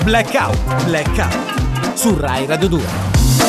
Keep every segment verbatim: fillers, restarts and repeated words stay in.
Blackout, Blackout su Rai Radio due.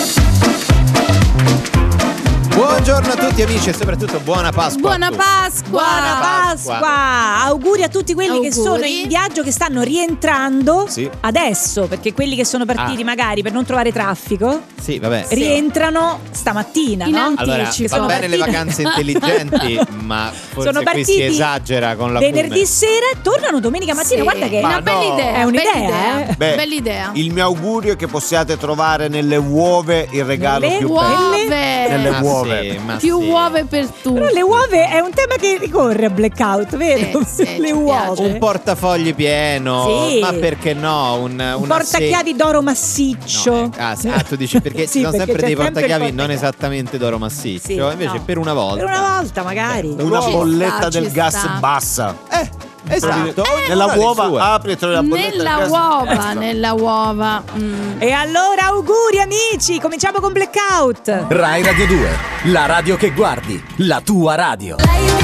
Buongiorno a tutti amici e soprattutto buona Pasqua. Buona Pasqua. Buona Pasqua. Pasqua. Auguri a tutti quelli Auguri. che sono in viaggio, che stanno rientrando sì. adesso, perché quelli che sono partiti ah. magari per non trovare traffico sì, vabbè. rientrano stamattina, in no? Allora, Ci va sono bene le vacanze intelligenti, ma forse sono qui si esagera con la venerdì sera e tornano domenica mattina. Sì. Guarda che una no. bella idea. È un'idea, bella idea. eh. Beh, Bella idea. il mio augurio è che possiate trovare nelle uova il regalo Nelle più uova. bello. Nelle Ma uova. sì, ma Più sì. uova per tutti. Però le uova è un tema che ricorre a Blackout, vero? Eh, sì, le ci uova. piace. Un portafogli pieno, Sì. ma perché no? Un, una Un portachiavi d'oro massiccio. No, eh, ah, sì, ah, tu dici perché Sì, ci sono perché sempre c'è dei sempre il portachiavi non portachiavi. esattamente d'oro massiccio, Sì, invece no. per una volta. Per una volta magari. Una Ci bolletta sta, del ci gas sta. bassa. Eh, esatto. Eh, nella Ognuno ha le uova sue. apri e trovi la bolletta Nella del gas. uova, Eh, nella uova. Mm. E allora auguri amici, cominciamo con Blackout. Rai Radio due, la radio che guardi, la tua radio.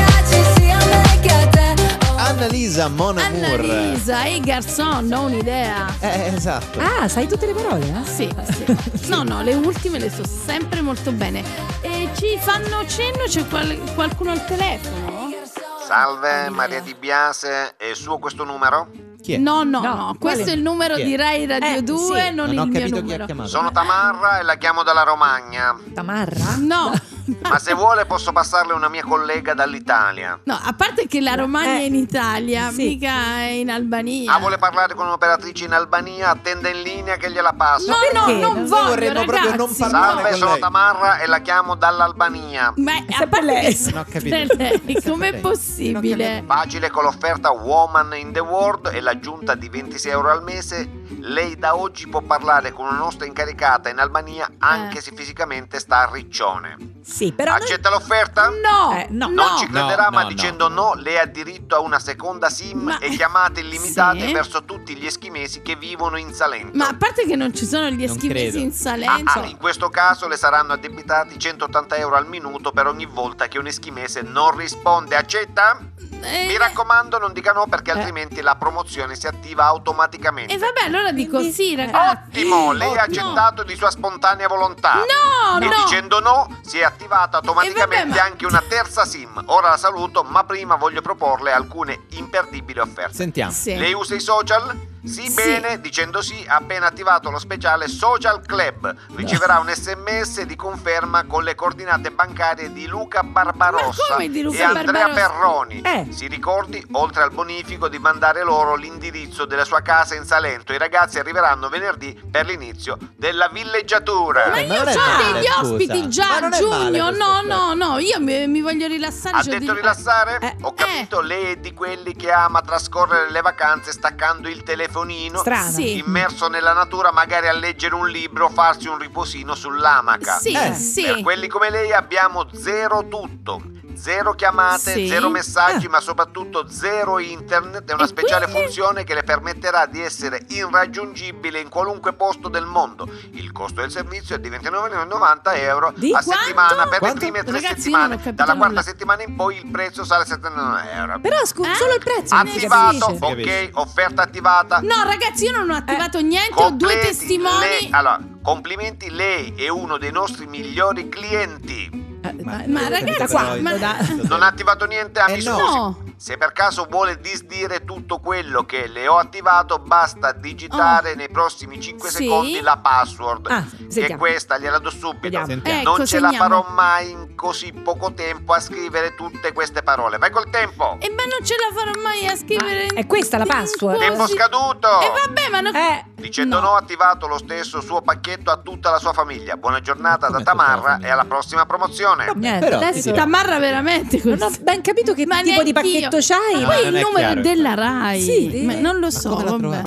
Annalisa Mon Amour. Annalisa e Garçon, ho un'idea. Eh, esatto. Ah, sai tutte le parole, eh? Sì, sì. No, no, le ultime le so sempre molto bene. E ci fanno cenno, c'è qual- qualcuno al telefono? Salve, Maria Di Biase, è suo questo numero? Chi è? No, no, No, no, quale? questo è il numero Chi è? di Rai Radio Eh, due, sì. non, Non ho il mio capito chi ha numero. chiamato. Sono Tamarra e la chiamo dalla Romagna. Tamarra? No, Ma se vuole posso passarle una mia collega dall'Italia. no, a parte che la Romagna Eh, è in Italia, sì. mica è in Albania. Ah, vuole parlare con un'operatrice in Albania? Attenda in linea che gliela passo. No, no, perché? non Noi voglio, vorremmo proprio ragazzi. non parlare Salve, con sono lei. Tamarra e la chiamo dall'Albania. Ma a Sempre parte lei. che Non ho capito. lei, com'è Sempre lei. possibile? Facile con l'offerta Woman in the World e l'aggiunta di ventisei euro al mese. Lei da oggi può parlare con una nostra incaricata in Albania anche Eh. se fisicamente sta a Riccione. Sì, però noi- Accetta l'offerta? No, Eh, no. Non ci crederà, No, ma no, dicendo no. lei ha diritto a una seconda SIM Ma- e chiamate illimitate Sì. verso tutti gli eschimesi che vivono in Salento. Ma a parte che non ci sono gli Non eschimesi credo. in Ah, Salento. ah, in questo caso le saranno addebitati centottanta euro al minuto per ogni volta che un eschimese non risponde. Accetta? Eh, Mi raccomando, non dica no perché Eh. altrimenti la promozione si attiva automaticamente. E vabbè, allora dico Quindi- sì, ragazzi. Ottimo, lei ha Ottimo. accettato di sua spontanea volontà. No, E no. dicendo no, si è attivata automaticamente E vabbè, ma- anche una terza SIM. Ora la saluto, ma prima voglio proporle alcune imperdibili offerte. Sentiamo. Sì. Lei usa i social? Sì, Sì. bene, dicendo sì, ha appena attivato lo speciale Social Club. Riceverà un sms di conferma con le coordinate bancarie di Luca Barbarossa Ma come di Luca e Andrea Barbarossa? Perroni. Eh. Si ricordi, oltre al bonifico, di mandare loro l'indirizzo della sua casa in Salento. I ragazzi arriveranno venerdì per l'inizio della villeggiatura. Ma Eh, io ma non è ho male, degli scusa. ospiti già Ma a non è male giugno. questo No, offerta. no, no, io mi, mi voglio rilassare. Ha c'ho detto degli- rilassare? Eh. Ho capito, lei è di quelli che ama trascorrere le vacanze staccando il telefonino, strano. Sì. immerso nella natura, magari a leggere un libro o farsi un riposino sull'amaca. Sì, Eh. sì. Per quelli come lei abbiamo zero tutto. Zero chiamate, Sì. zero messaggi, ma soprattutto zero internet. È una E speciale quindi? funzione che le permetterà di essere irraggiungibile in qualunque posto del mondo. Il costo del servizio è di ventinove virgola novanta euro Di a quanto? settimana per Quanto? le prime tre Ragazzi, io non settimane. ho capito Dalla quarta nulla. settimana in poi il prezzo sale a settantanove euro. Però scusa, Eh? solo il prezzo non si Attivato, capisce. Si capisce. ok, offerta attivata. No, ragazzi, io non ho attivato niente, ho due Completi, testimoni. lei- allora, complimenti, lei è uno dei nostri migliori clienti. Eh, Ma, ma ragazzi, qua, ma- da- Non ha attivato niente? Ah, Eh, mi no. scusi. No. Se per caso vuole disdire tutto quello che le ho attivato, basta digitare Oh. nei prossimi cinque Sì. secondi la password. Ah, che è sentiamo. questa, gliela do subito. Vediamo. Sentiamo. Ecco, Non ce la segniamo. farò mai in così poco tempo a scrivere tutte queste parole. Vai col tempo. E ma non ce la farò mai a scrivere. Ma è questa la password? Tempo così. scaduto. E vabbè, ma non. Eh, Dicendo no. No. ha attivato lo stesso suo pacchetto a tutta la sua famiglia. Buona giornata Come da tutta la Tamarra famiglia? e alla prossima promozione. niente, Però, adesso ti dirò. Tamarra veramente così. non ho ben capito che Ma tipo di neanch'io. pacchetto c'hai. Ma No, poi non il è numero chiaro, della Rai. Sì, Ma eh, non lo ma so, come l'ha vabbè.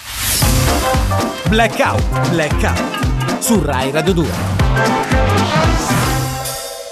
trovato? Blackout, Blackout su Rai Radio due.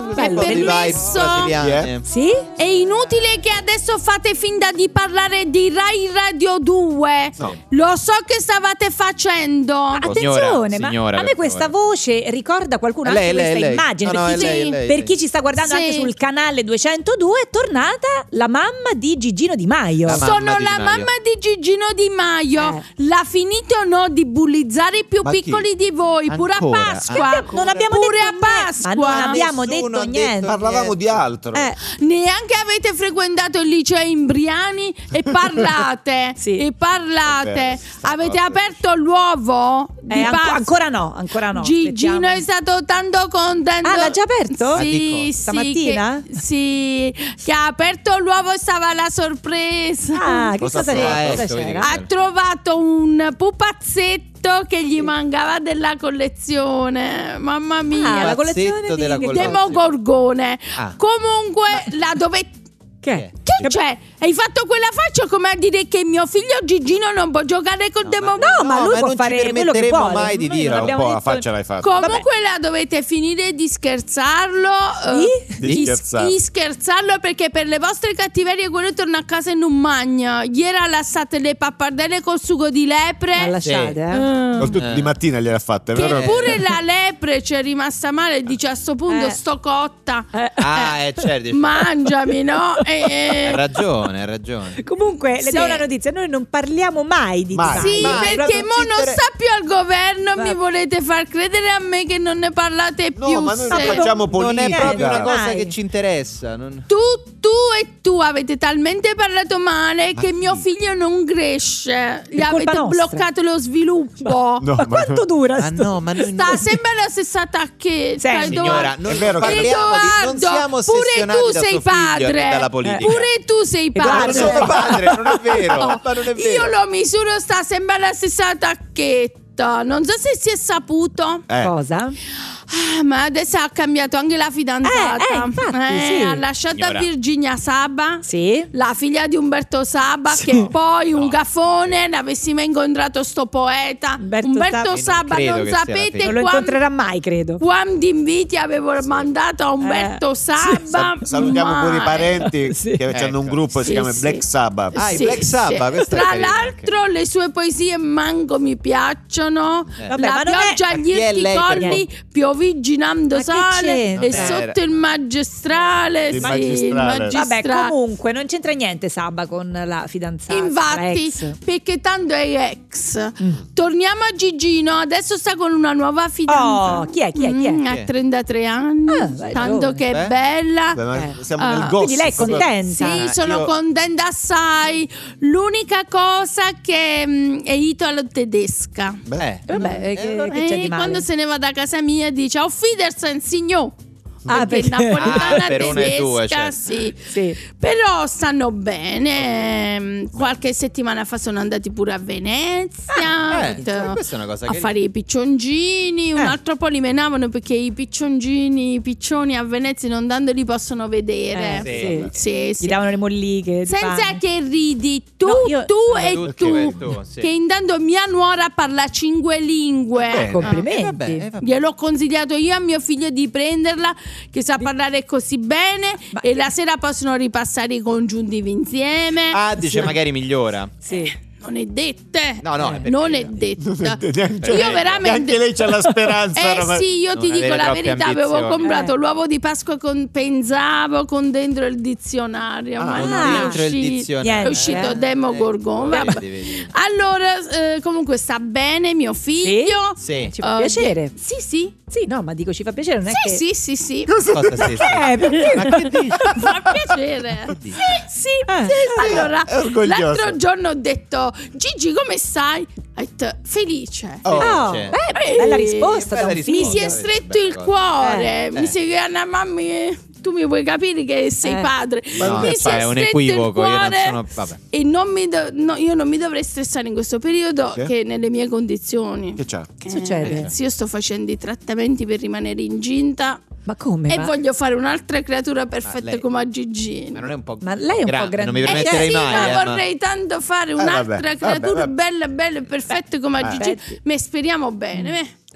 bello. Di vibe Permesso? brasiliane. Sì? È inutile che adesso fate finta di parlare di Rai Radio due. No. Lo so che stavate facendo. Attenzione, Signora, ma signora, a me per questa favore. voce ricorda qualcuno, Lei, anche lei, questa lei. immagine. No, no, per, è chi, lei, è lei, per sì. chi ci sta guardando Sì. anche sul canale duecentodue, è tornata la mamma di Gigino Di Maio. La mamma Sono di la Di Maio. mamma di Gigino Di Maio. Eh. L'ha finito o no di bullizzare i più Ma chi? piccoli di voi? Pure a Ancora? Pasqua. Ancora? Non abbiamo Pure detto a niente. Pasqua. Ma non abbiamo Nessuno detto ha detto niente. Parlavamo di altro. Eh, Neanche avete frequentato il liceo Imbriani e parlate. Sì. E parlate. È vero, sta Avete cosa. aperto l'uovo di eh, anco- Pasqua. ancora no, ancora no. Gigino aspettiamo. è stato tanto contento. Ah, l'ha già aperto? Ma di Sì, cosa? sì. Stamattina? Che, sì, che ha aperto l'uovo e stava la sorpresa. Ah, che Cosa cosa fa? c'era? Ah, Cosa ecco, c'era? vedi. Ha trovato un pupazzetto che gli mancava della collezione. Mamma mia. Ah, la Pupazzetto collezione di... della che- collezione. Demogorgone. Ah. Comunque la dovete. Che? Che c'è? Hai fatto quella faccia come a dire che mio figlio Gigino non può giocare col Demogorgone. No, ma lui può non fare ci quello che permetteremo vuole. mai di Noi dire non Un abbiamo po' la detto- faccia l'hai fatta. Comunque la dovete finire di scherzarlo. eh, Di di, scherzarlo. di scherzarlo perché per le vostre cattiverie quello torna a casa in un magno. Ieri ha lasciato le pappardelle col sugo di lepre. Ma lasciate, Sì. eh? Eh. Oltretutto di mattina gliel'ha fatta, è Che vero? pure la lepre ci è rimasta male e dice a sto punto Eh. sto cotta. Eh. Ah, eh, certo. Mangiami, no? E- Ha ragione, ha ragione. Comunque, le Sì. do una notizia: noi non parliamo mai di Mai. Di Maio. Sì, Mai, perché proprio mo non ci non inter- sta più al governo. Va- Mi volete far credere a me che non ne parlate No, più. ma noi non se- facciamo Non è politica. proprio una cosa Mai. che ci interessa. non- Tu, tu e tu avete talmente parlato male che mio figlio non cresce. Gli colpa avete nostra. bloccato lo sviluppo. No, Ma quanto dura? Ah sto- no, ma noi Sta non- sempre alla stessa tacchetta. Senti, Signora, noi È vero che- parliamo di, non Edoardo, siamo pure ossessionati tu da sei suo figlio padre. e dalla politica. Pure tu sei Edoardo, Non padre. sono padre, non è vero. Ma non è vero. Io lo misuro, sta sempre alla stessa tacchetta. Non so se si è saputo. Eh. Cosa? Ah, ma adesso ha cambiato anche la fidanzata. Eh, eh, infatti, sì. Ha lasciato Signora. Virginia Saba. Sì. La figlia di Umberto Saba, che poi un gaffone l'avessimo incontrato sto poeta. Umberto Umberto, Saba. Saba, Io non non credo che sia la sapete figlia. Non lo quanti, incontrerà mai, credo. quanti inviti avevo mandato a Umberto Saba. Sa- salutiamo pure i Mai. parenti Sì. che hanno un Ecco. gruppo che Sì, si chiama sì. Black Sabbath. Ah, i Black Sabbath, questo è Tra carino l'altro le sue poesie manco mi piacciono. Eh. Vabbè, La ma non è- pioggia Ma agli chi è irti lei per- colli, pioviginando Ma che sale c'entra? e sotto il magistrale. Il sì, magistrale. il Vabbè, magistrale. comunque non c'entra niente Saba con la fidanzata. Infatti, l'ex. perché tanto è ex. Torniamo a Gigino, adesso sta con una nuova fidanzata. Oh, chi è? Chi è? Chi è? Mm, ha trentatré anni, Ah, beh, tanto giovane. che è Eh? bella. Beh, ma Eh. siamo Ah, nel quindi gossip. Quindi lei è contenta? Sì, Ah, sono io- contenta assai. L'unica cosa che mm, è italo tedesca. Eh, Vabbè, eh, che- allora- che c'è di E male? quando se ne va da casa mia dice "Auf Wiedersehen, signor". Ah, perché perché- napoletana Ah, per una e due, tedesca, certo. sì. Sì. Però stanno bene. Ehm, Qualche settimana fa sono andati pure a Venezia. Ah, eh, detto, questa è una cosa a che- fare i picciongini. Un Eh. altro po' li menavano perché i picciongini, i piccioni a Venezia non dando li possono vedere. Eh, sì. Sì, sì. Gli davano le molliche. di Senza pane. che ridi tu, No, io- tu Ah, e tu tu, e tu, sì. che intanto mia nuora parla cinque lingue. Bene. Complimenti. Eh, vabbè, eh, vabbè. Gliel'ho consigliato io a mio figlio di prenderla, che sa parlare così bene, Ma- e la sera possono ripassare i congiuntivi insieme. Ah, dice magari migliora. Sì. Non è dette. No, no, è perché- non è detta. Neanche- Io veramente. Neanche lei c'ha la speranza. Eh ormai. sì, io ti Non dico avere la troppe verità, avevo ambizioni. comprato Eh. l'uovo di Pasqua con pensavo con dentro il dizionario, Ah, ma con non è dentro il uscito. dizionario. È Niente, uscito eh. Demogorgon. Vedi, vabbè. vedi. Allora, eh, comunque sta bene mio figlio. Sì. Ci fa Eh, piacere. Sì, sì. Sì, no, ma dico ci fa piacere, non è Sì, che... sì, sì, sì. Cosa sì, sì. Eh, perché? Ma che dici? Fa piacere. Sì, sì. Eh. sì. Allora, È orgoglioso. l'altro giorno ho detto Gigi, come stai? Ha detto felice. Oh. Oh, Cioè, beh, bella risposta bella da un risposta. Mi figlio. si è Sì, stretto bella il cosa. cuore. Eh, Mi eh. si chiama mamma. Tu mi vuoi capire che sei Eh. padre. No, mi è si è un stretto il equivoco, io non cuore sono- vabbè. E non mi do- no, io non mi dovrei stressare in questo periodo, Sì. che nelle mie condizioni. Che c'ha? Che succede? ragazzi, io sto facendo i trattamenti per rimanere incinta Ma come? e Ma- voglio fare un'altra creatura perfetta lei- come a Gigino. Ma non è un po' Ma lei è un po' grande, non mi grande. Eh permetterei sì, mai. ma eh, ma- vorrei tanto fare Eh, un'altra vabbè, creatura vabbè, vabbè. bella, bella e perfetta come a Eh. Gigino. Ma speriamo bene. eh.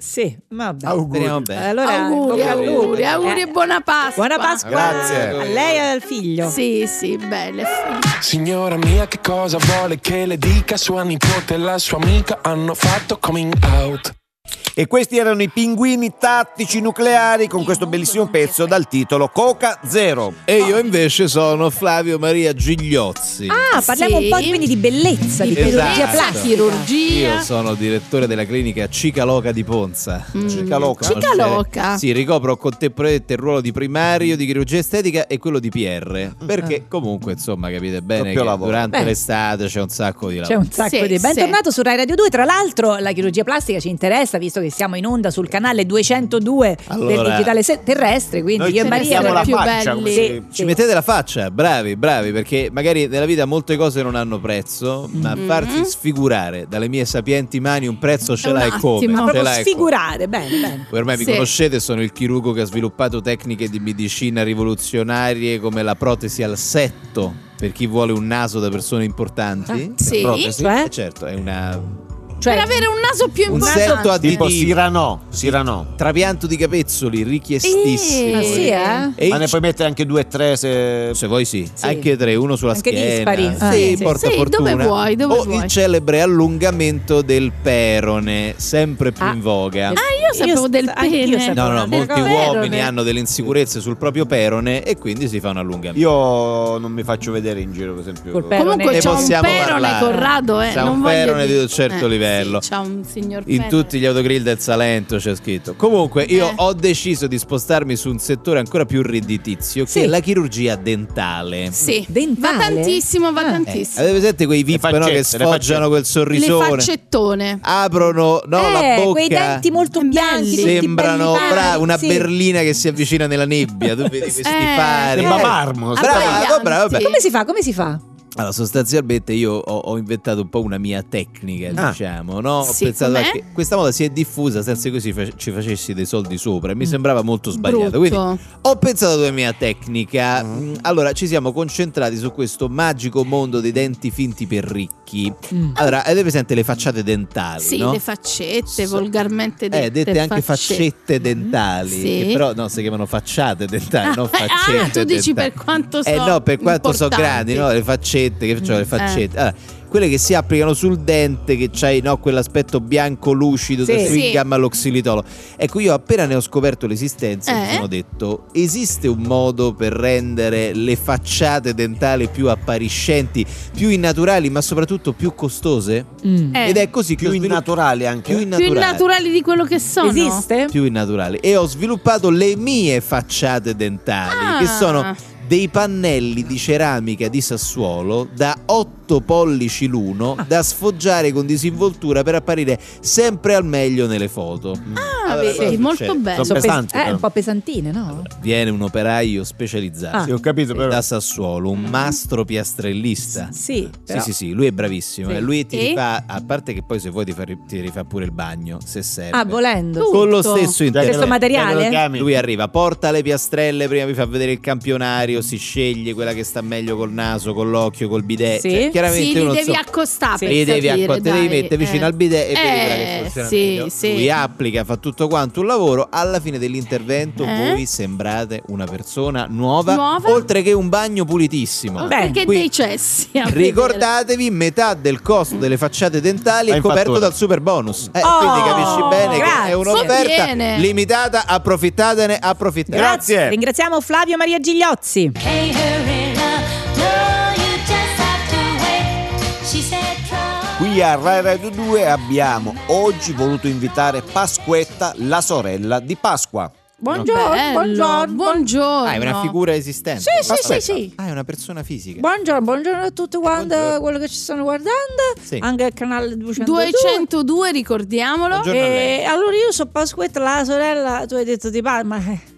Sì, vabbè. Auguri. Speriamo bene. Allora, Auguri, bocca al lupo. auguri, auguri e buona Pasqua. Buona Pasqua. Grazie. A lei e al figlio. Sì, sì, belle. Signora mia, che cosa vuole che le dica? Sua nipote e la sua amica hanno fatto coming out. E questi erano i Pinguini Tattici Nucleari con questo bellissimo pezzo dal titolo Coca Zero. E io invece sono Flavio Maria Gigliozzi. Ah, parliamo Sì. un po' quindi di bellezza, di Esatto. chirurgia plastica. Chirurgia. Io sono direttore della clinica Cicaloca di Ponza. Mm. Cicaloca? Cicaloca. Sì, ricopro contemporaneamente il ruolo di primario di chirurgia estetica e quello di P R. Perché comunque, insomma, capite bene Doppio che lavoro. durante Beh. l'estate c'è un sacco di C'è lavoro. un sacco Sì, di... sì. Bentornato su Rai Radio due. Tra l'altro la chirurgia plastica ci interessa, visto che siamo in onda sul canale duecentodue del Allora, digitale se- terrestre, quindi Noi io e ci Maria... mettiamo la più faccia. belli. così. Sì. Ci mettete la faccia, bravi, bravi, perché magari nella vita molte cose non hanno prezzo, ma Mm-hmm. farsi sfigurare dalle mie sapienti mani un prezzo ce Un l'hai come? attimo. Ma Ce proprio l'hai come? sfigurare, bene, bene. Voi ormai mi Sì. conoscete, sono il chirurgo che ha sviluppato tecniche di medicina rivoluzionarie come la protesi al setto per chi vuole un naso da persone importanti. Sì. Protesi. Cioè? Eh, certo, è una Cioè, Per avere un naso più un importante. setto a Tipo aditivo, Cyrano. Cyrano. trapianto di capezzoli richiestissimo. ah, sì, eh? E Ma ne il- puoi mettere anche due o tre se... se vuoi sì. Sì. Anche tre, uno sulla Anche schiena. dispari. Ah, Sì, sì. porta Sì, fortuna. dove vuoi, dove o vuoi. il celebre allungamento del perone, sempre più Ah. in voga. Ah, io sapevo del anch'io pene. sapevo. No, no, del molti perone. uomini hanno delle insicurezze sul proprio perone e quindi si fa un allungamento. Io non mi faccio vedere in giro, per esempio. Col perone. Comunque Ne c'ha un possiamo perone, parlare. Corrado, eh. C'ha non un voglio perone dire. di un certo Eh, livello. Sì, c'ha un signor In pene. tutti gli autogrill del Salento c'è scritto. Comunque io Eh. ho deciso di spostarmi su un settore ancora più redditizio, Sì. che è la chirurgia dentale. Sì, Dentale? va tantissimo, va Ah. Eh, tantissimo. avete presente quei V I P Le no, che faccette, le sfoggiano quel Le sorrisone? faccettone. Aprono no, la Eh, bocca. quei denti molto Belli. bianchi, tutti Sembrano belli bra- fari, una sì. berlina che si avvicina nella nebbia. Tu vedi questi Eh, fari. Sembra Marmo. Ah, Bravo, abbaglianti. bravo, bravo. Come si fa? Come si fa? Allora, sostanzialmente io ho, ho inventato un po' una mia tecnica, Ah. diciamo, no? Ho Sì, pensato com'è? che questa moda si è diffusa senza che ci fa- ci facessi dei soldi sopra e mi sembrava molto sbagliato. Brutto. Quindi ho pensato ad una mia tecnica. Mm, Allora, ci siamo concentrati su questo magico mondo dei denti finti per ricchi. Mm. Allora, avete presente le facciate dentali, Sì, no? le faccette, So- volgarmente dette. Eh, dette anche faccette dentali, Sì. che però no, si chiamano facciate dentali, non Ah, faccette ah, tu dici dentali. per quanto so Eh no, per quanto so importanti. grandi, no? Le faccette, che faccio le Eh. faccette. Allora, quelle che si applicano sul dente, che c'hai no, quell'aspetto bianco lucido Sì. da Sì. swing gum all'oxilitolo. Ecco, io appena ne ho scoperto l'esistenza, mi Eh? sono detto: esiste un modo per rendere le facciate dentali più appariscenti, più innaturali, ma soprattutto più costose? Mm. Eh, Ed è così che Più ho sviluppato innaturali anche. più più innaturali. naturali di quello che sono. Esiste? più innaturali e ho sviluppato le mie facciate dentali, Ah. che sono dei pannelli di ceramica di Sassuolo da otto pollici l'uno, da sfoggiare con disinvoltura per apparire sempre al meglio nelle foto. Ah, Allora, vedi, cosa molto succede? bello. Sono Sono pes- pesanti, eh, però. un po' pesantine, no? Viene un operaio specializzato Ah. Sì, ho capito, però. da Sassuolo, un mastro piastrellista. Sì, Sì, però. sì, sì, lui è bravissimo. Sì. eh. Lui ti E? rifà, a parte che poi se vuoi ti, fa, ti rifà pure il bagno, se serve. Ah, volendo. Tu- Con lo tutto. stesso Cioè, interesse. Questo materiale? che lo chiami? Lui arriva, porta le piastrelle, prima vi fa vedere il campionario, si sceglie quella che sta meglio col naso, con l'occhio, col bidet. Sì. Cioè, chiaramente Sì, li uno devi so- accostare per li devi, capire, acco- te devi dai, mettere vicino eh. al bidet e vedi quella che Eh, funziona sì, meglio. sì. Lui applica, fa tutto quanto un lavoro. Alla fine dell'intervento Eh? voi sembrate una persona nuova, Nuova? oltre che un bagno pulitissimo. Beh, Perché qui- dei cessi. a Ricordatevi, metà del costo delle facciate dentali Va è in coperto fattura. dal super bonus. Eh, Oh, quindi capisci bene che grazie. è un'offerta Conviene. limitata, approfittatene, approfittate. Grazie. Ringraziamo Flavio Maria Gigliozzi. Hey, hurry, love. No, you just have to wait. She said, try. Qui a Rai Radio due abbiamo oggi voluto invitare Pasquetta, la sorella di Pasqua. Buongiorno, Bello, buongiorno. buongiorno. Ah, è una figura esistente. Sì, sì, Aspetta. sì, sì. Ah, è una persona fisica. Buongiorno, buongiorno a tutti quanti Buongiorno. quelli che ci stanno guardando, Sì. anche al canale duecentodue. duecentodue, ricordiamolo. Buongiorno a lei. E allora io sono Pasquetta, la sorella, tu hai detto di Pasqua, ma eh,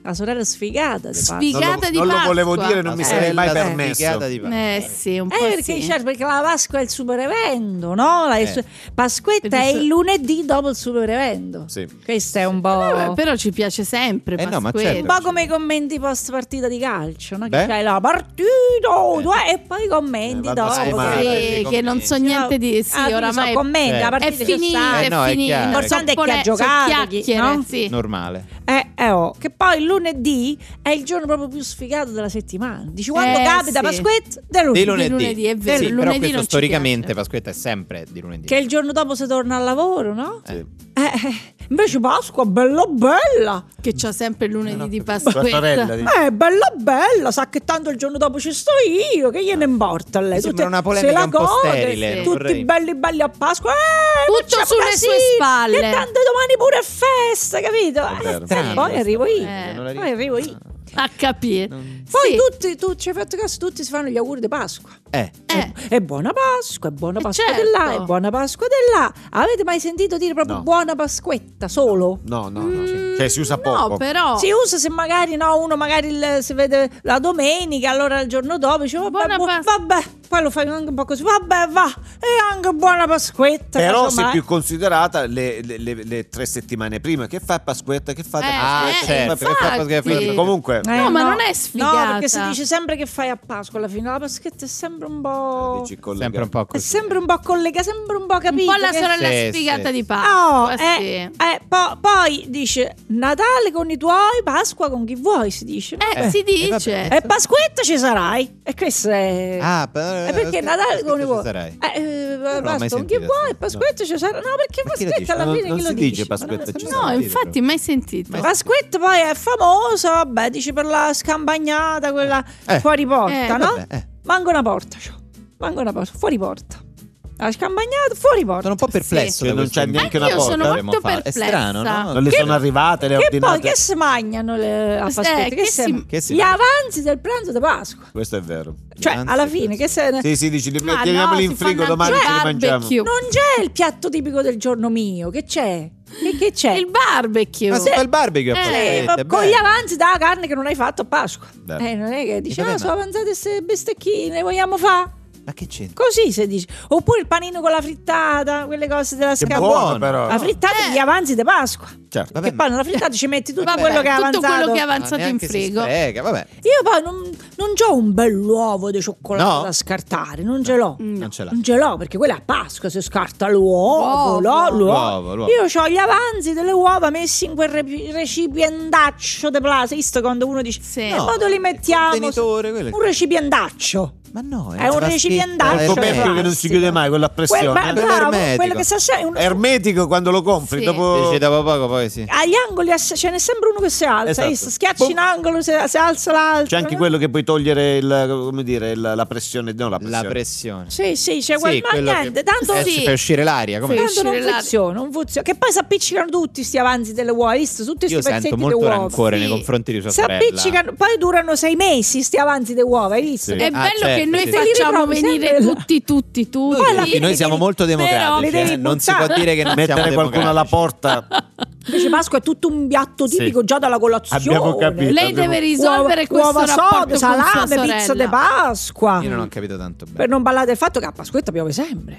La sorella sfigata di Pasqua. Sfigata Non lo- di non lo Pasqua. volevo dire, non mi sarei mai Sorella permesso. sfigata di Pasqua. Eh sì, un po' Eh, perché, sì. certo, perché la Pasqua è il super evento, no? La- il Eh. su- Pasquetta è Per il lunedì dopo il super evento. Sì. Questo è un po'. Vabbè, però ci piace sempre Eh no, ma Pasquetta. certo. Un po' come i commenti post partita di calcio, no? Che Beh. c'hai la partita due, e poi i commenti Eh, dopo. vanno a Eh, sfumare. sì, Sì, che non so commenti. niente di sì, Ah, oramai so, commenti, Eh. la è partita c'è finita, stata. Eh, no, è è finita. chiaro. L'importante è chi ha Sono giocato, sono chi- chiacchiere, no? sì. Normale. Eh, eh, oh, che poi il lunedì è il giorno proprio più sfigato della settimana. Dici quando Eh, capita sì. Pasquetta? Del lunedì. Di lunedì. lunedì, è vero, Sì, il però lunedì questo non ci storicamente piace. Pasquetta è sempre di lunedì. Che il giorno dopo si torna al lavoro, no? Sì. Eh, eh, invece Pasqua bella bella. Che c'ha sempre il lunedì di Tua sorella, Pasquetta. dici. Eh, bella bella, sa che tanto il giorno dopo ci sto io, che gliene importa a lei? Mi sembra Tutte- una polemica se la un po' gode, sterile, sì. non tutti vorrei- belli belli a Pasqua, eh, Tutto facciamo sulle casino, sue spalle. che tanto domani pure è festa, capito? È vero. Eh, Strano poi arrivo io, Eh. Non la poi arrivo io. A capire. Poi Sì. tutti, tu ci hai fatto caso, tutti si fanno gli auguri di Pasqua. Eh. Eh, E buona Pasqua, e buona Eh, Pasqua certo. di là, e buona Pasqua di là. Avete mai sentito dire proprio No. buona Pasquetta solo? No, no, no. Cioè si usa poco. no, però Si usa se magari no, uno magari il- si vede la domenica, allora il giorno dopo dice vabbè, Buona bu- Pas- vabbè, poi lo fai anche un po' così, vabbè va, e anche buona Pasquetta. Però casomai. sei più considerata le, le- le- le tre settimane prima. Che fa Pasquetta? Che fate Eh, Ah, Pasquetta? eh, certo, che fa infatti. Pasquetta. Quindi, comunque, Eh, No, ma non è sfigata. No, perché si dice sempre che fai a Pasqua alla fine. La Pasquetta è sempre un po'. dici collega. Sempre un po' È così. sempre un po' collega, sempre un po' un capito. po' la che- sorella Sì, sfigata sì. di Oh, Pasqua. eh, sì. eh, po- poi dice Natale con i tuoi, Pasqua con chi vuoi, si dice. Eh, si dice. E Pasquetta ci sarai. E questo è. Ah, per- E perché Natale con i ci tuoi? sarai. Eh, eh, mai Pasqua con chi sentito. vuoi, Pasquetta ci sarà. No, perché Ma chi lo Pasquetta dice? alla Non- fine non chi lo si dice? dice Pasquetta ci No, sarà. infatti, mai sentito. Pasquetta poi è famosa, vabbè, dice per la scampagnata, quella Eh. fuori porta, Eh, no? vabbè, eh. Manca una porta, cioè. Manca una porta, fuori porta. La scampagnata, fuori porta. Sono un po' perplesso. Cioè, da non questo c'è neanche invito una Anch'io porta. sono Abbiamo molto fatto. È strano, perplessa. no? Non le sono arrivate, le Che ordinate. poi che si mangiano le, a Eh, Pasquetta? che Che si- si- che si Gli mangia? avanzi del pranzo di Pasqua. Questo è vero. Cioè, Avanzi alla del fine, che se ne... Sì, sì, dici, li Ma teniamoli no, in si frigo, fanno domani anche ce li il mangiamo. barbecue. Non c'è il piatto tipico del giorno mio, che c'è? Che, che c'è? Il barbecue. Ma si fa il barbecue a Eh, Eh, Pasquetta, ma è con bello. gli avanzi della carne che non hai fatto a Pasqua. Beh. Eh, non è che dici, E vabbè, ah, sono ma- avanzate queste bistecchine, vogliamo fare? Ma che c'entra? Così si dice. Oppure il panino con la frittata, quelle cose della Che scatola. buono, però. La frittata Eh. e gli avanzi di Pasqua. Certo. Vabbè, che poi nella frittata ci metti tutto Vabbè, quello che è tutto avanzato. quello che è Ma avanzato in neanche si frigo. spreca, vabbè. Io poi non, non c'ho un bell'uovo di cioccolato No? da scartare, non ce l'ho. Non ce l'ha. Non ce l'ho perché quella è a Pasqua si scarta l'uovo, L'uovo. no? L'uovo. L'uovo, l'uovo. Io ho gli avanzi delle uova messi in quel re- recipientaccio de plata. Visto quando uno dice Sì. che No, modo li mettiamo? contenitore, quello è- Un recipientaccio. Ma no, È un una recipientaccio. scritta- Il Ecco, coperchio per che non si chiude mai, quello a Quel, pressione. ma, eh. quello bravo, ermetico. quello che sa se- un- Ermetico quando lo compri, Sì. dopo... Dici dopo poco poi sì. agli angoli ass- ce n'è sempre uno che si alza. Esatto. visto? Schiacci Boh. in angolo, si, si alza l'altro. C'è anche quello che puoi togliere il, come dire, il- la pressione, no, la pressione. La pressione. Sì, sì, c'è quel Sì, ma quello niente, che tanto eh, sì. ci fa uscire l'aria, come Sì. Tanto non uscire l'aria. funziona, non funziona. Che poi si appiccicano tutti sti avanzi delle uova, visto? Tutti Io sti pezzetti sento di molto uova. rancore Sì. nei confronti di sua Si sorella. appiccicano, poi durano sei mesi sti avanzi di uova, hai visto? Sì. È Ah, bello certo, che noi sì. facciamo Li riprovi venire sempre- tutti, tutti, tutti. Poi alla Tutti, fine noi siamo li- molto però democratici, li devi eh. non si buttare. può dire che non Mettere siamo qualcuno alla democratici. porta. Invece Pasqua è tutto un piatto Sì. tipico già dalla colazione. Abbiamo capito. Lei deve risolvere uova, questo uova rapporto sode, con sua salame, sorella. pizza di Pasqua. Io non ho capito tanto bene. Per non parlare del fatto che a Pasquetta piove sempre.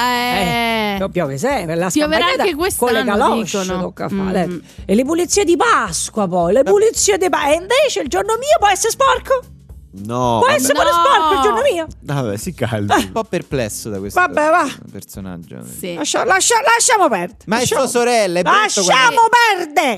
Eh. Eh, piove sempre. La Pioverà scampagnata anche quest'anno, con le calosce dicono. tocca Mm. fare. E le pulizie di Pasqua poi, le pulizie di Pasqua. E invece il giorno mio può essere sporco. No, Può vabbè. essere pure No. sporco il giorno mio. Vabbè, si calmi. Un po' perplesso da questo Vabbè, va. personaggio. Sì. Lascia- lascia- lasciamo perdere. Ma è Lasciamo- sua sorella, è brutto Lasciamo perdere.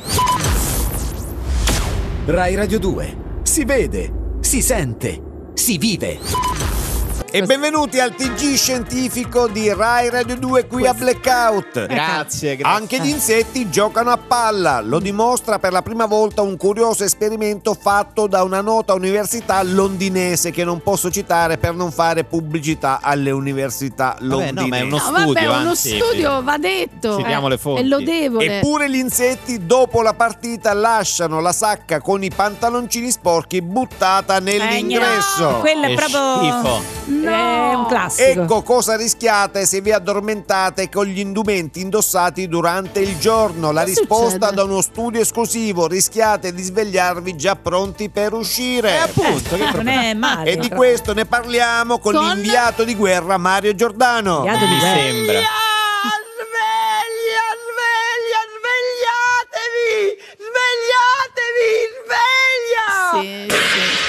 Rai Radio due. Si vede, si sente, si vive. E benvenuti al T G scientifico di Rai Radio due qui a Blackout. Grazie, grazie. Anche gli insetti giocano a palla, lo dimostra per la prima volta un curioso esperimento fatto da una nota università londinese che non posso citare per non fare pubblicità alle università Vabbè, londinesi. no, ma è uno No, studio, vabbè, uno anzi, studio va detto. citiamo le fonti. È lodevole. Eppure gli insetti dopo la partita lasciano la sacca con i pantaloncini sporchi buttata nell'ingresso. Eh, no, quello è Che proprio schifo. no. È un classico. Ecco cosa rischiate se vi addormentate con gli indumenti indossati durante il giorno. La Che risposta succede? da uno studio esclusivo: rischiate di svegliarvi già pronti per uscire. Appunto, che non problema? è male. E di questo ne parliamo con, Con- l'inviato di guerra Mario Giordano. Inviato di Mi guerra. sembra. Sveglia, sveglia, svegliatevi, svegliatevi, sveglia! Sì,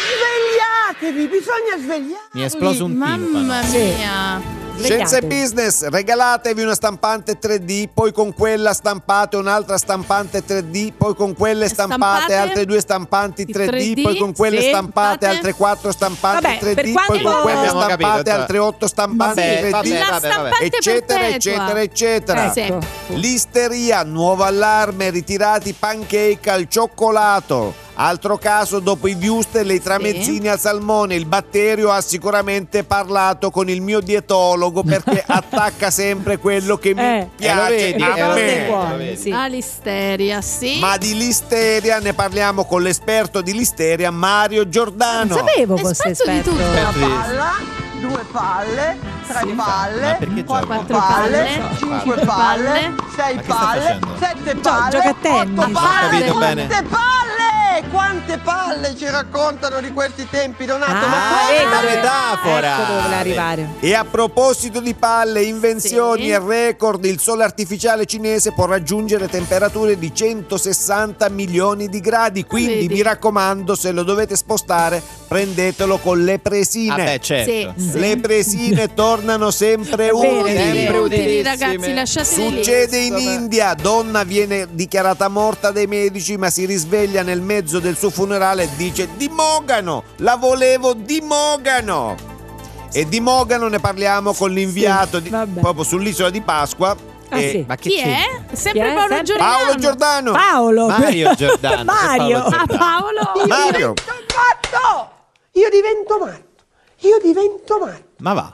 sì. Svegliatevi, bisogna svegliare. Mi è esploso un Mamma timpano. mia. Scienza e Svegliatevi. business, regalatevi una stampante tre D, poi con quella stampate un'altra stampante tre D, poi con quelle stampate, Stampate altre due stampanti tre D, tre D, poi con quelle sì, stampate stampate. altre quattro stampate Vabbè, tre D, per poi quanto- con quelle Abbiamo stampate capito, cioè. altre otto stampanti Vabbè, tre D, vabbè, La vabbè, vabbè. stampante eccetera, perpetua. eccetera, eccetera. Sì. Ecco. L'isteria, nuovo allarme, ritirati pancake al cioccolato. Altro caso, dopo i wurstel e i tramezzini al salmone, il batterio ha sicuramente parlato con il mio dietologo perché attacca sempre quello che mi Eh, piace eh, lo vedi, a eh, lo me. vedi. Buoni, sì. Ah, l'isteria, sì. Ma di listeria ne parliamo con l'esperto di listeria Mario Giordano. Non sapevo fosse Esperto di esperto. tutto. Esperto di- Palla, due palle, tre Ma palle, perché quattro gioca? Quattro palle, palle, cinque cinque palle, palle. sei Ma che sta palle, facendo? sette palle, gioca a tennis. otto Non ho palle, capito quante bene. palle! Quante palle ci raccontano di questi tempi, Donato? Ah, ma Ah, vedi? è una metafora. Ecco dove voleva arrivare. E a proposito di palle, invenzioni Sì. e record, il sole artificiale cinese può raggiungere temperature di centosessanta milioni di gradi, quindi Vedi. mi raccomando, se lo dovete spostare, prendetelo con le presine. Ah, beh, certo. Sì, sì. Le presine tornano sempre Bene, utili. bene. Sempre Utili, utilissime. ragazzi, lasciateli lì. Succede in India, donna viene dichiarata morta dai medici ma si risveglia nel mezzo del suo funerale e dice: di Mogano, la volevo di Mogano. E di Mogano ne parliamo con l'inviato di- vabbè. proprio sull'isola di Pasqua. Ah, e sì. Ma che Chi c'è? è? Sempre Chi è? Paolo Sempre? Giordano. Paolo Giordano. Paolo. Mario Giordano. Mario. Paolo Ah, Paolo. Mario. Matto! Io divento matto! Io divento matto! Ma va.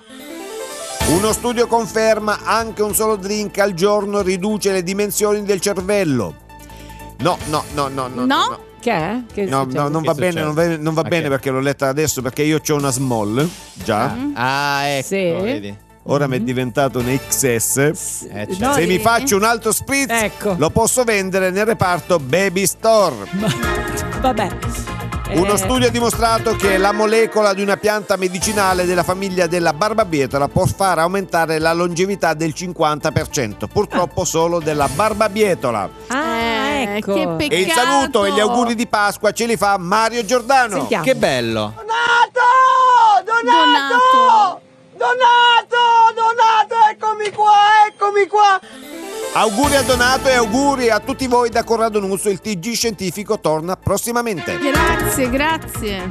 Uno studio conferma anche un solo drink al giorno riduce le dimensioni del cervello. No, no, no, no, no. No? Che è? Che No, succede? no, non Che va bene, succede? non va, non va Ma bene che? perché l'ho letta adesso perché io ho una small già. Ah, ecco, Sì. vedi. Ora mi è diventato un X S. Eh, certo. No, Se sì. mi faccio un altro spritz, Ecco. lo posso vendere nel reparto Baby Store. Vabbè. Uno Eh, studio ha dimostrato che la molecola di una pianta medicinale della famiglia della barbabietola può far aumentare la longevità del cinquanta per cento. Purtroppo solo della barbabietola. Ah, Eh, ecco. che peccato. E il saluto e gli auguri di Pasqua ce li fa Mario Giordano. Sentiamo. Che bello. Donato! Donato! Donato! Donato! Eccomi qua! Eccomi qua! Auguri a Donato e auguri a tutti voi da Corrado Nuzzo. Il T G Scientifico torna prossimamente. Grazie, grazie.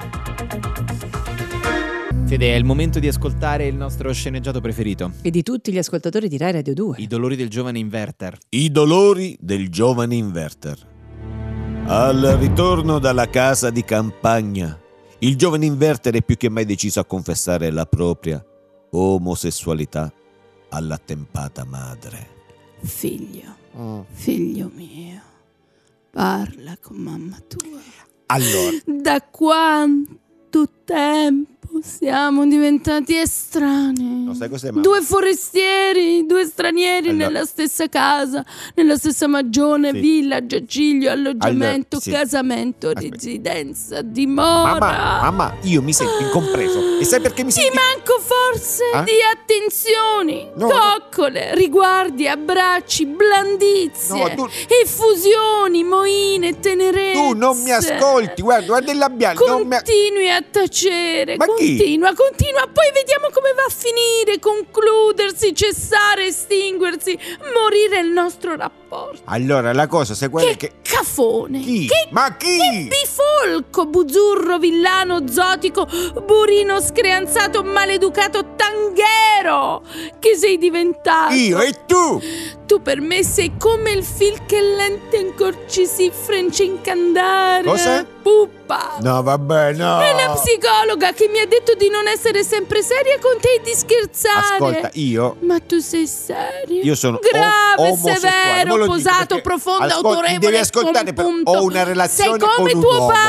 Fede, è il momento di ascoltare il nostro sceneggiato preferito. E di tutti gli ascoltatori di Rai Radio due. I dolori del giovane inverter. I dolori del giovane inverter. Al ritorno dalla casa di campagna, il giovane inverter è più che mai deciso a confessare la propria omosessualità all'attempata madre. Figlio, figlio mio, parla con mamma tua. Allora, Da quanto tempo siamo diventati estranei? non sai cos'è, ma Due forestieri, due stranieri Allora. nella stessa casa, nella stessa magione, Sì. villa, giaciglio, alloggiamento, Allora, sì. casamento, Aspetta. residenza, dimora. mamma, mamma, io mi sento incompreso. E sai perché mi Ti senti? manco forse Eh? di attenzioni, No, coccole, riguardi, abbracci, blandizie, No, tu- effusioni, moine, tenerezze. Tu non mi ascolti, guarda, guarda il labiale. Non mi... Continui a tacere, Ma chi? continua, continua, poi vediamo come va a finire, concludersi, cessare, estinguersi, morire il nostro rapporto. Allora, la cosa, se quella Che che... cafone, Chi? che Ma chi? bifolco, buzzurro, villano, zotico, burino, screanzato, maleducato, tanghero che sei diventato. Io e tu! Tu per me sei come il fil che lente incorci si frence incandare. Cos'è? Puppa. No, vabbè, no. È una psicologa che mi ha detto di non essere sempre seria con te e di scherzare. Ascolta, io... Ma tu sei serio? Io sono grave, o- omosessuale. severo, Non lo dico posato, perché- profondo, ascolta, autorevole. devi ascoltare, con per- punto. ho una relazione Sei come con un tuo uomo.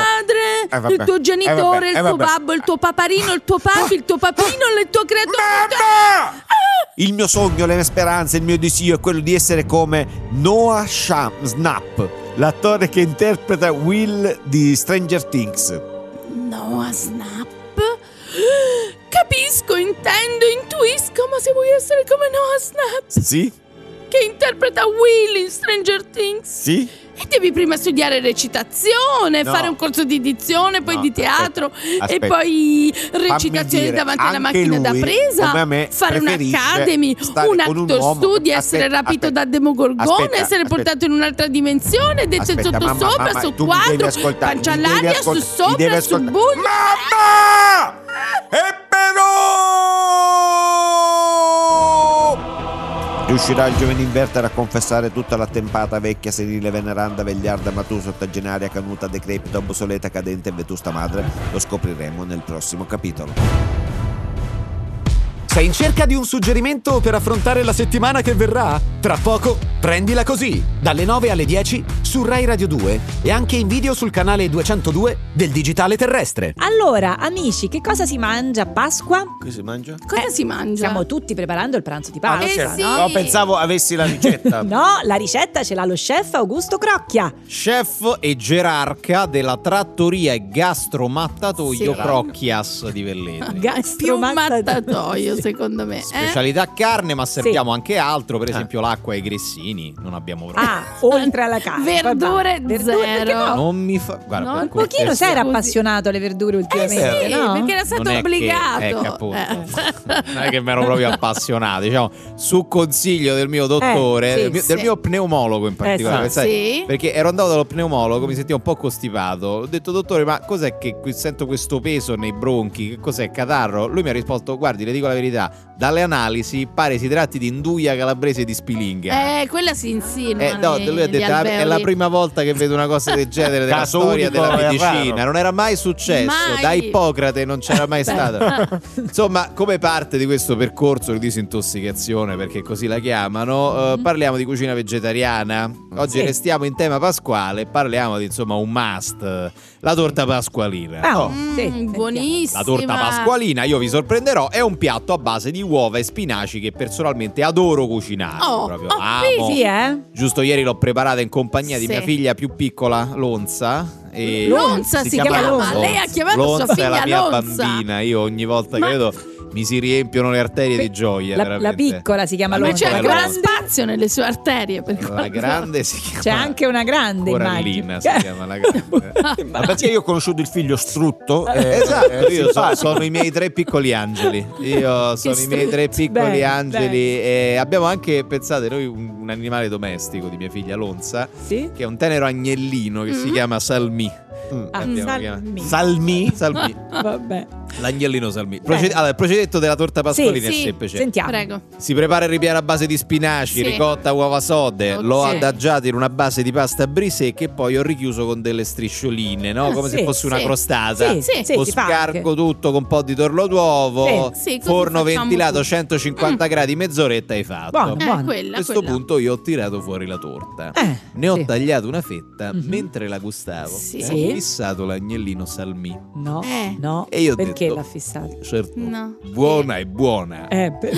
madre, Eh, vabbè. il tuo genitore, Eh, vabbè. il Eh, tuo vabbè. babbo, il tuo paparino, il tuo papi, il tuo papino, il tuo creatore. Mamma! Il mio sogno, la mia speranza, il mio desiderio è quello di essere come Noah Sham- Schnapp, l'attore che interpreta Will di Stranger Things. Noah Schnapp? Capisco, intendo, intuisco, ma se vuoi essere come Noah Schnapp, Sì? che interpreta Will in Stranger Things, Sì? e devi prima studiare recitazione, No. fare un corso di dizione, poi No, di teatro aspetta, e aspetta. poi Fammi recitazione dire, davanti alla anche macchina da lui, presa, come a me, fare preferisce un'academy, stare un con un actor uomo. studio, essere Aspetta, rapito aspetta. da Demogorgone, Aspetta, essere aspetta. portato in un'altra dimensione, detto Aspetta, sotto mamma, sopra, mamma, su tu mi devi quadro, ascoltare, pancia mi devi all'aria, su ascoltare, mi sopra, devi su ascoltare. buio. Mamma! E però riuscirà il giovane Inverter a confessare tutta l'attempata vecchia, senile, veneranda, vegliarda, matusa, ottagenaria, canuta, decrepita, obsoleta, cadente e vetusta madre? Lo scopriremo nel prossimo capitolo. Sei in cerca di un suggerimento per affrontare la settimana che verrà? Tra poco, prendila così, dalle nove alle dieci su Rai Radio due e anche in video sul canale duecentodue del Digitale Terrestre. Allora, amici, che cosa si mangia a Pasqua? Che si mangia? Cosa si mangia? Stiamo tutti preparando il pranzo di Ah, Pasqua, Eh certo. sì. no? No, pensavo avessi la ricetta. No, la ricetta ce l'ha lo chef Augusto Crocchia. Chef e gerarca della trattoria e gastromattatoio Sì. Crocchias di Velletri. Più Gastromattatoio. mattatoio, secondo me. eh? Specialità carne, ma serviamo anche altro, per esempio l'acqua e i grissini. Non abbiamo proprio. Ah, oltre alla carne. Verdure vabbè. zero. perché no? Non mi fa. Guarda, No, per un Un pochino cortesia. sei era Così. appassionato alle verdure Eh ultimamente, sì, no? perché era stato Non è che- obbligato. ecco, appunto. Eh. Non è che mi ero proprio appassionato, diciamo, su consiglio del mio dottore, Eh, sì, del, mio, sì. del mio pneumologo in particolare, Eh, sì. sai? Sì. Perché ero andato dallo pneumologo, mi sentivo un po' costipato. Ho detto, dottore, ma cos'è che qui sento questo peso nei bronchi? Che cos'è, catarro? Lui mi ha risposto, guardi, le dico la verità, dalle analisi pare si tratti di induia calabrese di spilinga. Eh, quella si insinua. Eh, no, nei- lui ha negli detto, "Ah, è la alveoli." prima volta che vedo una cosa del genere della Caso storia unico, della è medicina, raro. non era mai successo, Mai. da Ippocrate non c'era mai stato. Insomma, come parte di questo percorso di disintossicazione, perché così la chiamano, eh, parliamo di cucina vegetariana. Oggi Sì. restiamo in tema pasquale, parliamo di insomma un must, la torta pasqualina. Ah, Mm, sì, sentiamo. buonissima. La torta pasqualina, io vi sorprenderò, è un piatto a base di uova e spinaci che personalmente adoro cucinare. Oh, proprio oh, amo. Sì, eh? Giusto ieri l'ho preparata in compagnia di Sì. mia figlia più piccola, Lonza. E Lonza si chiama, Lonza. lei ha chiamato Lonza sua figlia è la mia Lonza. bambina, io ogni volta Ma- che vedo mi si riempiono le arterie di gioia. La, veramente. la piccola si chiama Ma Lonza. c'è La anche uno grande, spazio nelle sue arterie per La qualcosa. grande si chiama c'è anche una grande Corallina, immagino. si chiama la grande. Ma perché io ho conosciuto il figlio strutto. eh, Esatto, eh, io so- simpatico. sono i miei tre piccoli angeli. Io sono i miei tre piccoli Bene, angeli. E abbiamo anche, pensate, noi un, un animale domestico di mia figlia Lonza, Sì? che è un tenero agnellino che si Mm. chiama Salmi. Mm. Ah, Abbiamo Salmi. Salmi? Salmi. Vabbè. L'agnellino Salmi. Proced- allora, il procedetto della torta pasqualina Sì, è sì, semplice. Sentiamo. Prego. Si prepara il ripieno a base di spinaci, Sì. ricotta, uova sode. Ok. L'ho adagiato in una base di pasta brisée che poi ho richiuso con delle striscioline, no? Ah, Come sì, se fosse una sì. crostata. Sì, sì, sì, Lo si fa scarco anche. tutto con un po' di torlo d'uovo. Sì, sì, così forno facciamo ventilato tutto. centocinquanta gradi, mezz'oretta hai fatto. Buono, Eh, buono. quella, A questo quella. punto io ho tirato fuori la torta. Eh, Ne ho sì. tagliato una fetta, Mhm. mentre la gustavo. Sì. Ho Sì. fissato l'agnellino Salmi. No, Eh. no. E io ho Perché detto, l'ha fissato? Certo, No. buona è buona. Eh, per-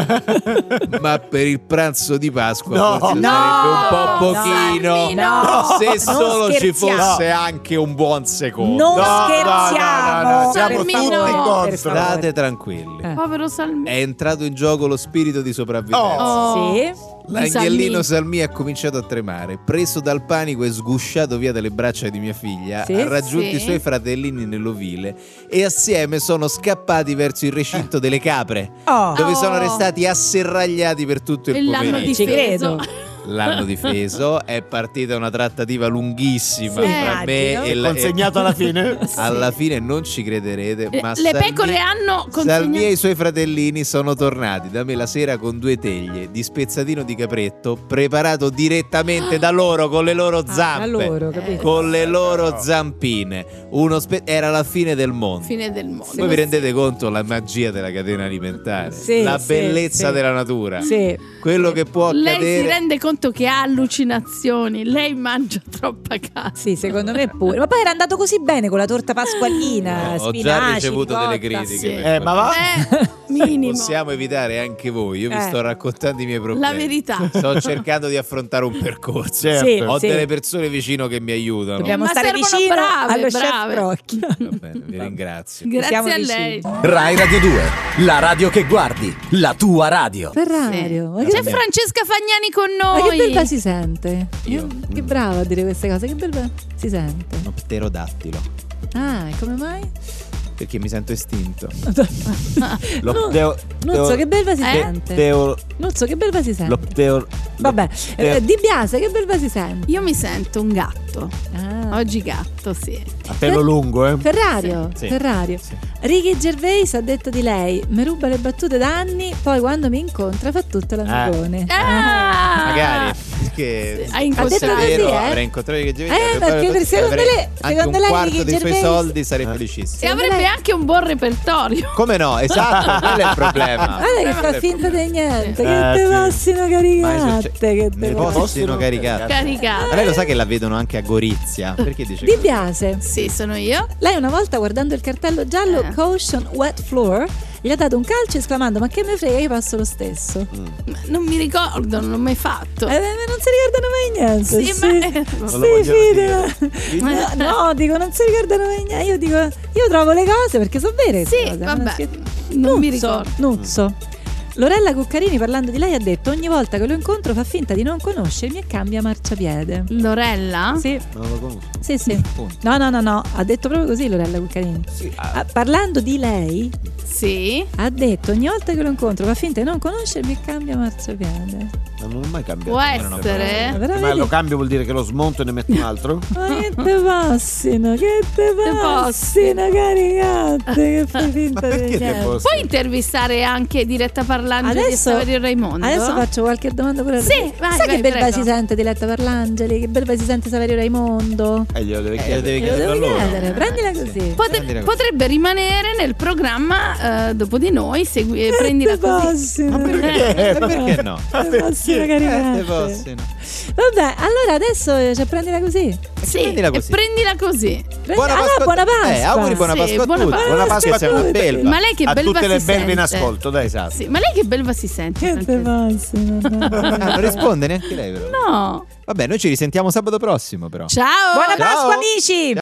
Ma per il pranzo di Pasqua No, forse no, sarebbe un po' no, pochino. Salmi, no. Se Non solo ci scherziamo. fosse anche un buon secondo. Non No, no, scherziamo. no, no, no, siamo per tutti favore, contro. per favore. State tranquilli. Eh. Povero Salmi. È entrato in gioco lo spirito di sopravvivenza. Oh. Sì. L'agnellino Salmi. Salmi ha cominciato a tremare, preso dal panico e sgusciato via dalle braccia di mia figlia, Sì. ha raggiunto Sì. i suoi fratellini nell'ovile e assieme sono scappati verso il recinto delle capre, Oh. dove sono Oh. restati asserragliati per tutto il E l'hanno pomeriggio. Ci difeso. credo. L'hanno difeso, è partita una trattativa lunghissima Sì, tra me immagino. e la, Consegnato alla fine? alla fine non ci crederete, Eh, ma le Salmi- pecore hanno Salmi e consegnato. i suoi fratellini sono tornati da me la sera con due teglie di spezzatino di capretto preparato direttamente da loro con le loro Ah, da zampe. loro, capito? Con le loro zampine. Uno spe- era la fine del mondo. Fine del mondo. Voi vi rendete conto la magia della catena alimentare? Sì, la sì, bellezza sì. della natura? Sì. Quello che può Lei accadere. si rende conto conto che ha allucinazioni. Lei mangia troppa carne. Sì, secondo me pure. Ma poi era andato così bene con la torta pasqualina, No, ho spinaci, già ricevuto ricotta. delle critiche. Sì. per Eh, ma va? Eh, minimo. Possiamo evitare anche voi. Io vi Eh. sto raccontando i miei problemi. La verità. Sto cercando di affrontare un percorso. Certo. Sì, Ho sì. delle persone vicino che mi aiutano. Dobbiamo Ma stare servono vicino brave, allo brave. chef Crocchi. Va bene, vi ringrazio. Siamo Grazie a vicini. lei. Rai Radio due, la radio che guardi, la tua radio. Ferrario, ma, C'è che, Francesca Fagnani con ma noi. che belva si sente? Io? Che brava a dire queste cose, che belva si sente. Uno pterodattilo. Ah, e come mai? Perché mi sento estinto. Lo No, pteo- Nuzzo, teo- che belva si Eh? sente? teo- Nuzzo, che belva si sente? lo pteo- Vabbè, lo- eh, Di Biase, che belva si sente? Io mi sento un gatto. Ah. Oggi gatto, sì. a pelo lungo, eh? Ferrario, Sì. Ferrario. Sì. Ricky Gervais ha detto di lei: mi ruba le battute da anni, poi quando mi incontra fa tutto l'amicone. Ah! Magari. Perché Sì, se ha incontrato- fosse Ha detto vero così, eh? avrei incontrato Ricky Gervais, Eh, avrei perché proprio- per- secondo avrei lei- anche secondo un lei quarto Ricky dei suoi Gervais- soldi sarei Eh. felicissimo. E avrebbe lei- anche un buon repertorio. Come no? Esatto, quello è il problema. Guarda che fa finta di niente, che Eh, te sì. passino Mai caricate, succe- che te Ne passino. fossero caricati. Caricato. Ma lei lo sa che la vedono anche a Gorizia? Perché dice Di così? Biase. Sì, sono io. Lei una volta guardando il cartello giallo Eh. Caution Wet Floor gli ha dato un calcio esclamando: ma che me frega, io passo lo stesso. Ma non mi ricordo, non l'ho mai fatto. Eh, ma non si ricordano mai niente. Sì, sì. ma- Sì, Non lo vogliono fidela. No, no, dico, non si ricordano mai niente. Io dico, io trovo le cose perché sono vere. queste Sì, cose, vabbè, non scher- non mi Nuzzo, ricordo. Nuzzo. Lorella Cuccarini parlando di lei ha detto: ogni volta che lo incontro fa finta di non conoscermi e cambia marciapiede. Lorella? Sì, Non lo conosco. sì, sì. No, no, no, no, ha detto proprio così Lorella Cuccarini. Ah, parlando di lei, Sì. ha detto: ogni volta che lo incontro fa finta di non conoscermi e cambia marciapiede. Ma non ho mai cambiato. Può non ho essere? Però Ma vedi- lo cambio vuol dire che lo smonto e ne metto un altro? Ma che te passino, che te passino, caricate, che fai finta di Perché te niente. posso? Puoi intervistare anche Diletta Parlangeli e Saverio Raimondo? adesso faccio qualche domanda pure a Sì, lei. vai, Sai vai, che belva prego. si sente Diletta Parlangeli? Che belva si sente Saverio Raimondo? Eh, glielo deve Eh, chiedere. devi Glielo devo chiederlo a loro. chiedere, prendila Sì. così. Pote- Prendila così. potrebbe rimanere nel programma eh, dopo di noi, segui, eh, prendila Te così. passino. Ma perché? Ma perché no? Te passino, Eh, caricate. te possino. Vabbè, allora adesso cioè, prendila così. Sì, prendila e così. prendila così. Prendi- Buona allora, Pasqua. buona Pasqua. Eh, auguri, buona Sì, Pasqua a buona tutti. Pasqua. Buona Pasqua Che sei a una tutti. belva. Ma lei che A belva tutte le si belve in sente? ascolto, dai. Esatto. Sì, ma lei che belva si sente? Che te Francesca? passino. Ah, non risponde neanche lei, però. No. Vabbè, noi ci risentiamo sabato prossimo, però. Ciao. Buona Ciao. Pasqua, amici!